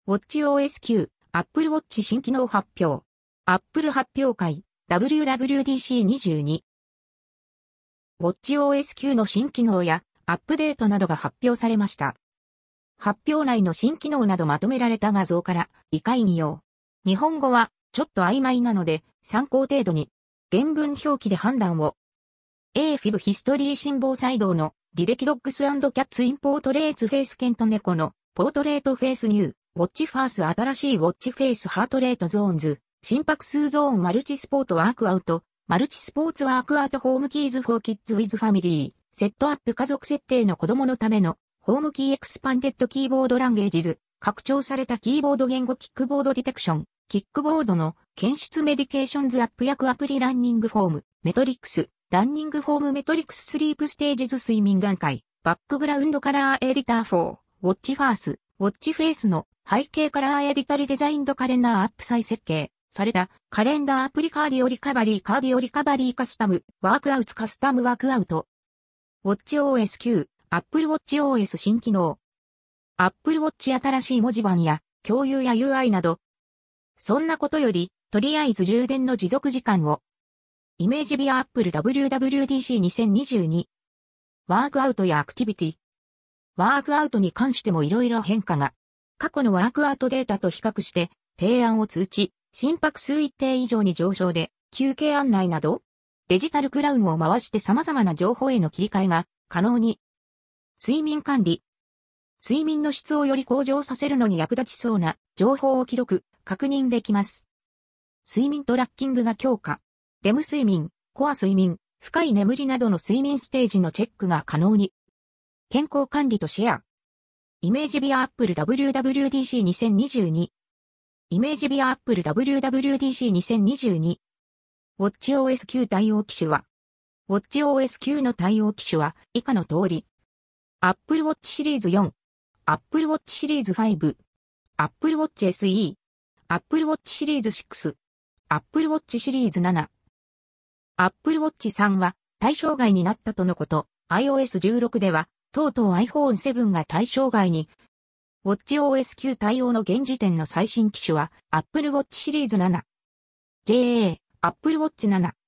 WatchOS 9、Apple Watch 新機能発表。Apple 発表会、WWDC22。WatchOS 9の新機能やアップデートなどが発表されました。発表内の新機能などまとめられた画像から理解に用。日本語はちょっと曖昧なので参考程度に原文表記で判断を。AFib ヒストリー心房細動の履歴ドッグス&キャッツインポートレーツフェイス犬と猫のポートレートフェイスニュー。ウォッチファース新しいウォッチフェイスハートレートゾーンズ、心拍数ゾーンマルチスポートワークアウト、マルチスポーツワークアウトホームキーズフォーキッズウィズファミリー、セットアップ家族設定の子供のためのホームキーエクスパンデッドキーボードランゲージズ、拡張されたキーボード言語キックボードディテクション、キックボードの検出メディケーションズアップ薬アプリランニングフォーム、メトリックス、ランニングフォームメトリックススリープステージズ睡眠段階、バックグラウンドカラーエディター4、ウォッチファース、ウォッチフェイスの背景カラーエディタリデザインドカレンダーアップ再設計されたカレンダーアプリカーディオリカバリーカスタムワークアウトカスタムワークアウト。WatchOS 9 Apple WatchOS 新機能。Apple Watch 新しい文字盤や共有や UI など。そんなことより、とりあえず充電の持続時間を。イメージビア Apple WWDC2022。ワークアウトやアクティビティ。ワークアウトに関しても色々変化が。過去のワークアウトデータと比較して、提案を通知、心拍数一定以上に上昇で、休憩案内など、デジタルクラウンを回して様々な情報への切り替えが可能に。睡眠管理。睡眠の質をより向上させるのに役立ちそうな情報を記録、確認できます。睡眠トラッキングが強化。レム睡眠、コア睡眠、深い眠りなどの睡眠ステージのチェックが可能に。健康管理とシェア。イメージビア Apple WWDC2022。イメージビア Apple WWDC2022。WatchOS 9対応機種は WatchOS 9の対応機種は以下の通り。Apple Watch シリーズ4。Apple Watch シリーズ5。Apple Watch SE。Apple Watch シリーズ6。Apple Watch シリーズ7。Apple Watch 3は対象外になったとのこと。iOS16 ではとうとう iPhone 7が対象外に。WatchOS 9対応の現時点の最新機種は Apple Watch シリーズ7。JA、Apple Watch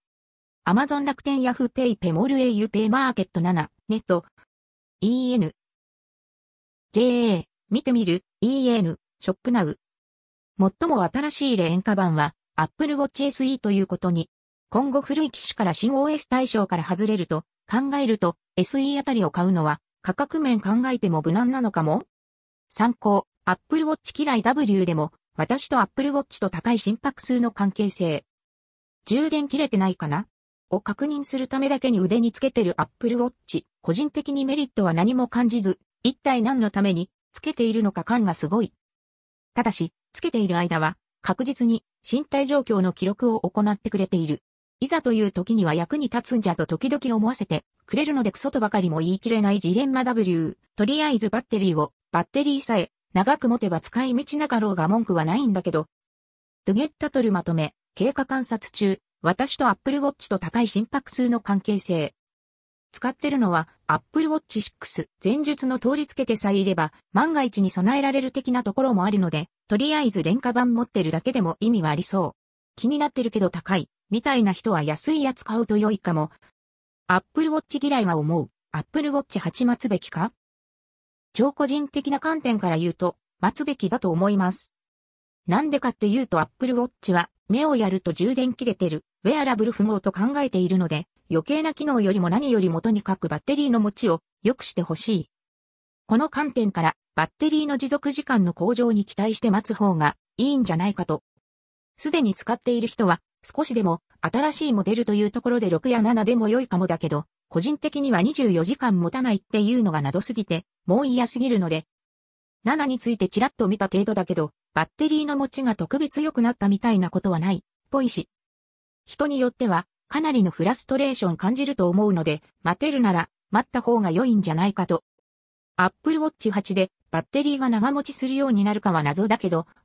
7。Amazon 楽天 Yahoo PayPay モール au Pay マーケット7。ネット。EN。JA、見てみる、EN、ショップナウ。最も新しい廉価版は Apple Watch SE ということに。今後古い機種から新 OS 対象から外れると考えると SE あたりを買うのは価格面考えても無難なのかも。参考、Apple Watch 嫌い W でも、私と Apple Watch と高い心拍数の関係性。充電切れてないかなを確認するためだけに腕につけてる Apple Watch。個人的にメリットは何も感じず、一体何のためにつけているのか感がすごい。ただし、つけている間は、確実に身体状況の記録を行ってくれている。いざという時には役に立つんじゃと時々思わせてくれるのでクソとばかりも言い切れないジレンマ W。とりあえずバッテリーさえ長く持てば使い道なかろうが文句はないんだけど。トゥゲッタトルまとめ、経過観察中、私と Apple Watch と高い心拍数の関係性。使ってるのは Apple Watch 6。前述の通りつけてさえいれば万が一に備えられる的なところもあるので、とりあえず廉価版持ってるだけでも意味はありそう。気になってるけど高い。みたいな人は安いやつ買うと良いかも。Apple Watch 嫌いは思う。Apple Watch 8待つべきか？超個人的な観点から言うと、待つべきだと思います。なんでかっていうと Apple Watch は目をやると充電切れてる、ウェアラブル符号と考えているので、余計な機能よりも何よりもとにかくバッテリーの持ちを良くしてほしい。この観点からバッテリーの持続時間の向上に期待して待つ方がいいんじゃないかと。すでに使っている人は少しでも新しいモデルというところで6や7でも良いかもだけど、個人的には24時間持たないっていうのが謎すぎて、もう嫌すぎるので。7についてちらっと見た程度だけど、バッテリーの持ちが特別良くなったみたいなことはない、ぽいし。人によっては、かなりのフラストレーション感じると思うので、待てるなら、待った方が良いんじゃないかと。Apple Watch 8で、バッテリーが長持ちするようになるかは謎だけど、